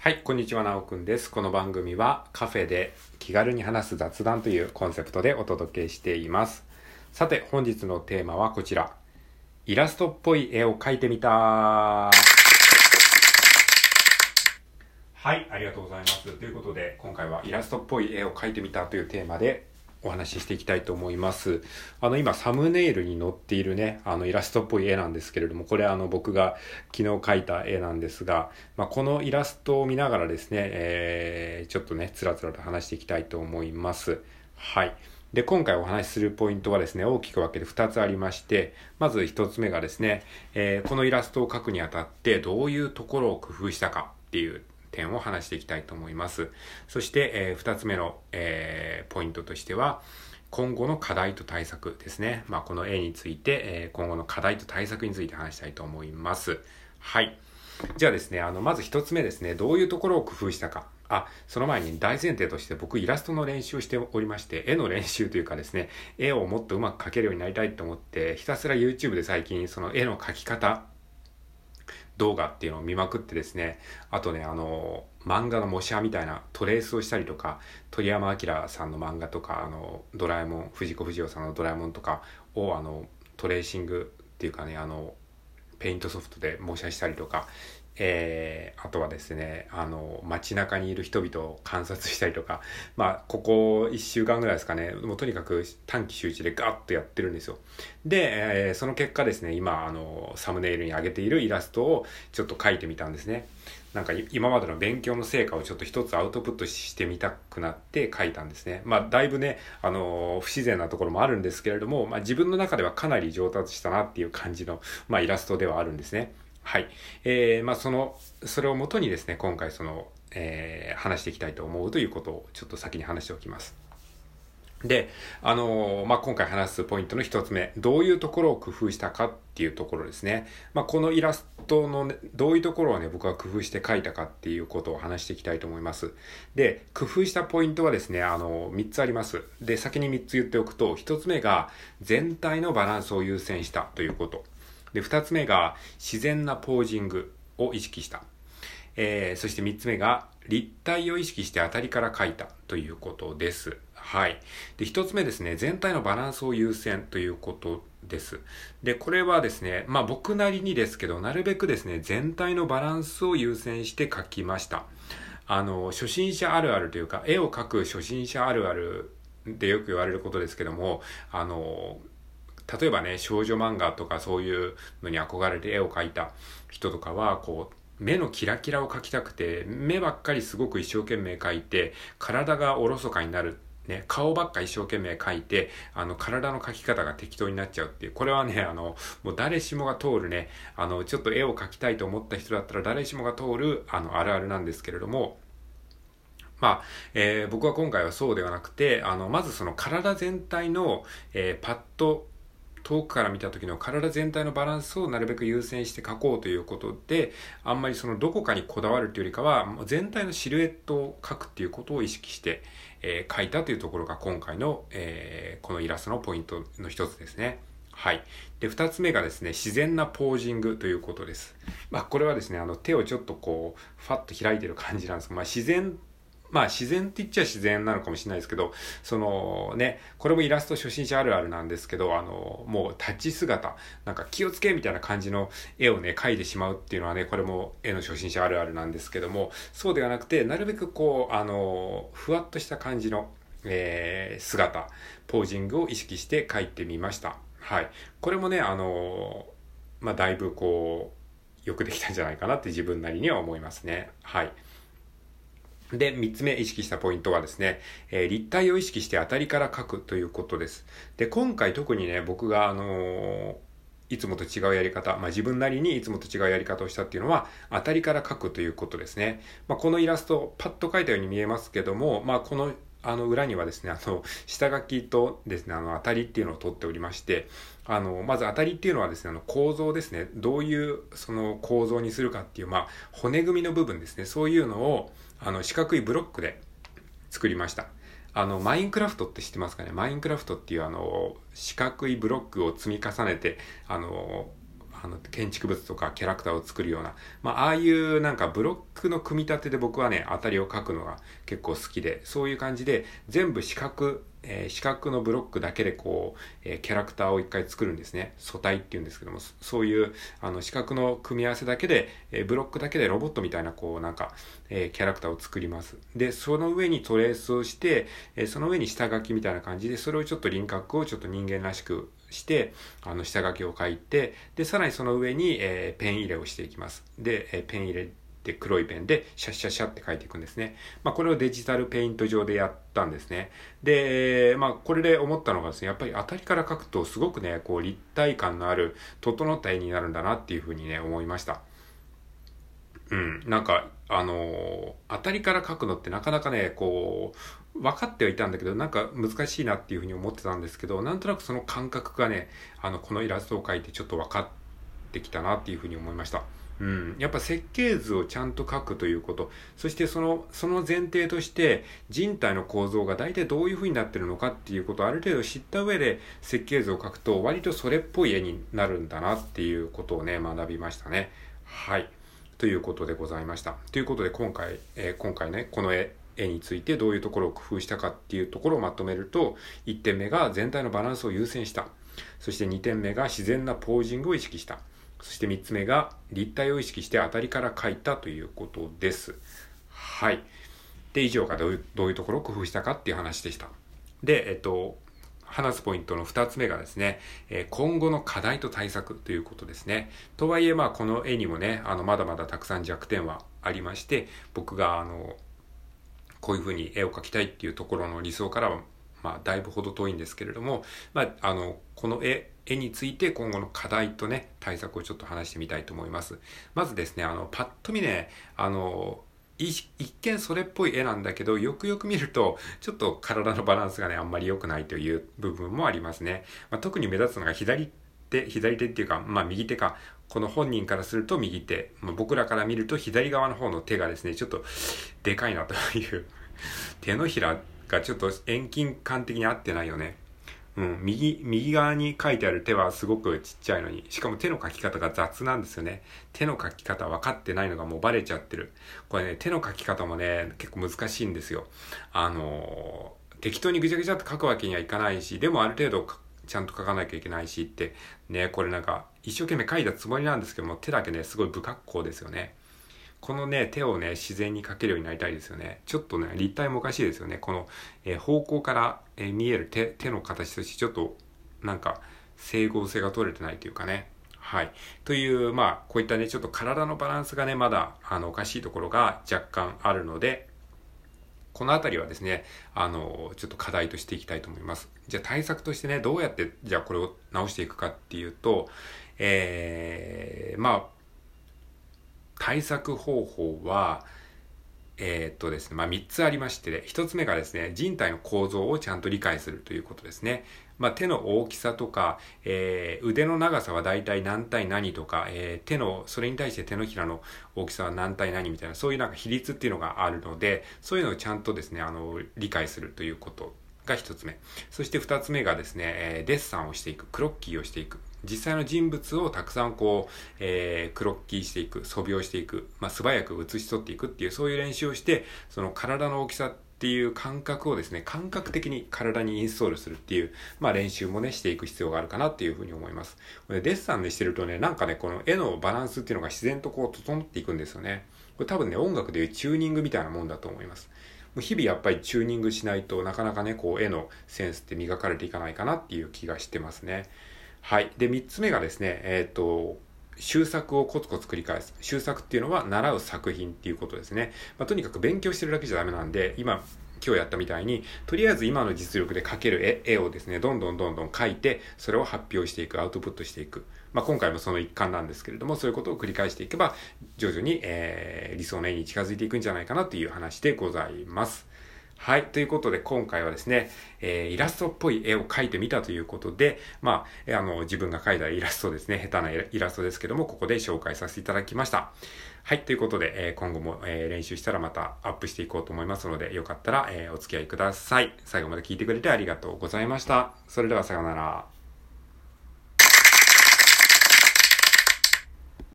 はい、こんにちは、なおくんです。この番組はカフェで気軽に話す雑談というコンセプトでお届けしています。さて、本日のテーマはこちら。イラストっぽい絵を描いてみた。はい、ありがとうございます。ということで、今回はイラストっぽい絵を描いてみたというテーマでお話ししていきたいと思います。今サムネイルに載っているね、イラストっぽい絵なんですけれども、これ僕が昨日描いた絵なんですが、このイラストを見ながらですね、ちょっとね、つらつらと話していきたいと思います。はい。で、今回お話しするポイントはですね、大きく分けて2つありまして、まず1つ目がですね、このイラストを描くにあたってどういうところを工夫したかっていう点を話していきたいと思います。そして、2つ目の、ポイントとしては、今後の課題と対策ですね。この絵について、今後の課題と対策について話したいと思います。はい。じゃあですね、まず1つ目ですね、どういうところを工夫したか。その前に大前提として僕イラストの練習をしておりまして、絵の練習というかですね、絵をもっとうまく描けるようになりたいと思って、ひたすら YouTube で最近その絵の描き方、動画っていうのを見まくってですね、あとね、漫画の模写みたいなトレースをしたりとか、鳥山明さんの漫画とか、ドラえもん、藤子不二雄さんのドラえもんとかを、トレーシングっていうかね、ペイントソフトで模写したりとか、あとはですね、街中にいる人々を観察したりとか、ここ1週間ぐらいですかね、もうとにかく短期集中でガッとやってるんですよ。で、その結果ですね、今、サムネイルに上げているイラストをちょっと描いてみたんですね。なんか今までの勉強の成果をちょっと一つアウトプットしてみたくなって描いたんですね。だいぶね、不自然なところもあるんですけれども、自分の中ではかなり上達したなっていう感じの、イラストではあるんですね。はい。それをもとにですね、今回話していきたいと思うということをちょっと先に話しておきます。で、今回話すポイントの一つ目、どういうところを工夫したかっていうところですね。このイラストの、ね、どういうところをね、僕は工夫して描いたかっていうことを話していきたいと思います。で、工夫したポイントはですね、3つあります。で、先に3つ言っておくと、1つ目が全体のバランスを優先したということ。で、2つ目が自然なポージングを意識した。そして3つ目が立体を意識して当たりから描いたということです。はい。で、1つ目ですね、全体のバランスを優先ということです。で、これはですね、僕なりにですけど、なるべくですね、全体のバランスを優先して描きました。初心者あるあるというか、絵を描く初心者あるあるでよく言われることですけども、例えばね、少女漫画とかそういうのに憧れて絵を描いた人とかは、目のキラキラを描きたくて、目ばっかりすごく一生懸命描いて、体がおろそかになる。ね、顔ばっか一生懸命描いて、体の描き方が適当になっちゃうっていう。これはね、もう誰しもが通るね、ちょっと絵を描きたいと思った人だったら誰しもが通る、あるあるなんですけれども、僕は今回はそうではなくて、まずその体全体の、パッと遠くから見た時の体全体のバランスをなるべく優先して描こうということで、あんまりそのどこかにこだわるというよりかは、全体のシルエットを描くっていうことを意識して、描いたというところが今回の、このイラストのポイントの一つですね。はい。で、二つ目がですね、自然なポージングということです。これはですね、手をちょっとファッと開いてる感じなんですが、自然って言っちゃ自然なのかもしれないですけど、これもイラスト初心者あるあるなんですけど、もう立ち姿、なんか気をつけみたいな感じの絵をね、描いてしまうっていうのはね、これも絵の初心者あるあるなんですけども、そうではなくて、なるべくふわっとした感じの、姿、ポージングを意識して描いてみました。はい。これもね、だいぶよくできたんじゃないかなって自分なりには思いますね。はい。で、三つ目意識したポイントはですね、立体を意識して当たりから描くということです。で、今回特にね、僕がいつもと違うやり方、自分なりにいつもと違うやり方をしたっていうのは、当たりから描くということですね。このイラスト、パッと描いたように見えますけども、この裏にはですね、下書きとですね、当たりっていうのを取っておりまして、まず当たりっていうのはですね、構造ですね、どういうその構造にするかっていう、骨組みの部分ですね、そういうのを、四角いブロックで作りました。マインクラフトって知ってますかね。マインクラフトっていう四角いブロックを積み重ねて、建築物とかキャラクターを作るような、ああいうなんかブロッ角の組み立てで僕はね、当たりを描くのが結構好きで、そういう感じで全部四角のブロックだけでこう、キャラクターを一回作るんですね。素体っていうんですけども、そういう四角の組み合わせだけで、ブロックだけでロボットみたいなこうなんか、キャラクターを作ります。で、その上にトレースをして、その上に下書きみたいな感じで、それをちょっと輪郭をちょっと人間らしくして、下書きを書いて、で、さらにその上に、ペン入れをしていきます。で、ペン入れで黒いペンでシャッシャッシャッって書いていくんですね。これをデジタルペイント上でやったんですね。で、これで思ったのがですね、やっぱり当たりから書くとすごくね、こう立体感のある整った絵になるんだなっていうふうにね、思いました。なんか、当たりから書くのってなかなかね、こう、分かってはいたんだけど、なんか難しいなっていうふうに思ってたんですけど、なんとなくその感覚がね、このイラストを描いてちょっと分かってきたなっていうふうに思いました。やっぱ設計図をちゃんと描くということ、そしてその前提として人体の構造が大体どういう風になってるのかっていうことをある程度知った上で設計図を描くと割とそれっぽい絵になるんだなっていうことをね、学びましたね。はい。ということでございました。ということで今回ね、この絵についてどういうところを工夫したかっていうところをまとめると、1点目が全体のバランスを優先した。そして2点目が自然なポージングを意識した。そして3つ目が立体を意識して当たりから描いたということです。はい。で、以上がどういうところを工夫したかっていう話でした。で、話すポイントの2つ目がですね、今後の課題と対策ということですね。とはいえ、この絵にもね、まだまだたくさん弱点はありまして、僕がこういう風に絵を描きたいっていうところの理想からは、だいぶほど遠いんですけれども、この絵について今後の課題とね、対策をちょっと話してみたいと思います。まずですね、パッと見ね、一見それっぽい絵なんだけど、よくよく見ると、ちょっと体のバランスがね、あんまり良くないという部分もありますね。特に目立つのが左手っていうか、右手か。この本人からすると右手。僕らから見ると左側の方の手がですね、ちょっとでかいなという。手のひらがちょっと遠近感的に合ってないよね。右側に書いてある手はすごくちっちゃいのに、しかも手の描き方が雑なんですよね。手の描き方分かってないのがもうバレちゃってる。これね、手の描き方もね、結構難しいんですよ。適当にぐちゃぐちゃって描くわけにはいかないし、でもある程度ちゃんと描かなきゃいけないしって、ね、これなんか一生懸命描いたつもりなんですけども、手だけね、すごい不格好ですよね。このね、手をね、自然に描けるようになりたいですよね。ちょっとね、立体もおかしいですよね。この、方向から、見える手の形としてちょっと、なんか、整合性が取れてないというかね。はい。という、こういったね、ちょっと体のバランスがね、まだ、おかしいところが若干あるので、このあたりはですね、ちょっと課題としていきたいと思います。じゃあ対策としてね、どうやって、じゃあこれを直していくかっていうと、対策方法は、ですね、3つありまして、1つ目がですね、人体の構造をちゃんと理解するということですね。手の大きさとか、腕の長さはだいたい何対何とか、それに対して手のひらの大きさは何対何みたいな、そういうなんか比率っていうのがあるので、そういうのをちゃんとですね、理解するということが1つ目。そして2つ目がですね、デッサンをしていく、クロッキーをしていく。実際の人物をたくさんこう、クロッキーしていく、素描していく、素早く写し取っていくっていう、そういう練習をして、その体の大きさっていう感覚をですね、感覚的に体にインストールするっていう、練習もね、していく必要があるかなっていうふうに思います。これデッサンでしてるとね、なんかね、この絵のバランスっていうのが自然とこう、整っていくんですよね。これ多分ね、音楽でいうチューニングみたいなもんだと思います。日々やっぱりチューニングしないとなかなかね、こう絵のセンスって磨かれていかないかなっていう気がしてますね。はい。で、3つ目がですね、修作をコツコツ繰り返す。修作っていうのは習う作品っていうことですね。とにかく勉強してるだけじゃダメなんで、今日やったみたいに、とりあえず今の実力で描ける絵をですね、どんどん描いて、それを発表していく、アウトプットしていく。今回もその一環なんですけれども、そういうことを繰り返していけば、徐々に、理想の絵に近づいていくんじゃないかなという話でございます。はい。ということで、今回はですね、イラストっぽい絵を描いてみたということで、自分が描いたイラストですね、下手なイラストですけども、ここで紹介させていただきました。はい。ということで、今後も、練習したらまたアップしていこうと思いますので、よかったら、お付き合いください。最後まで聞いてくれてありがとうございました。それではさようなら。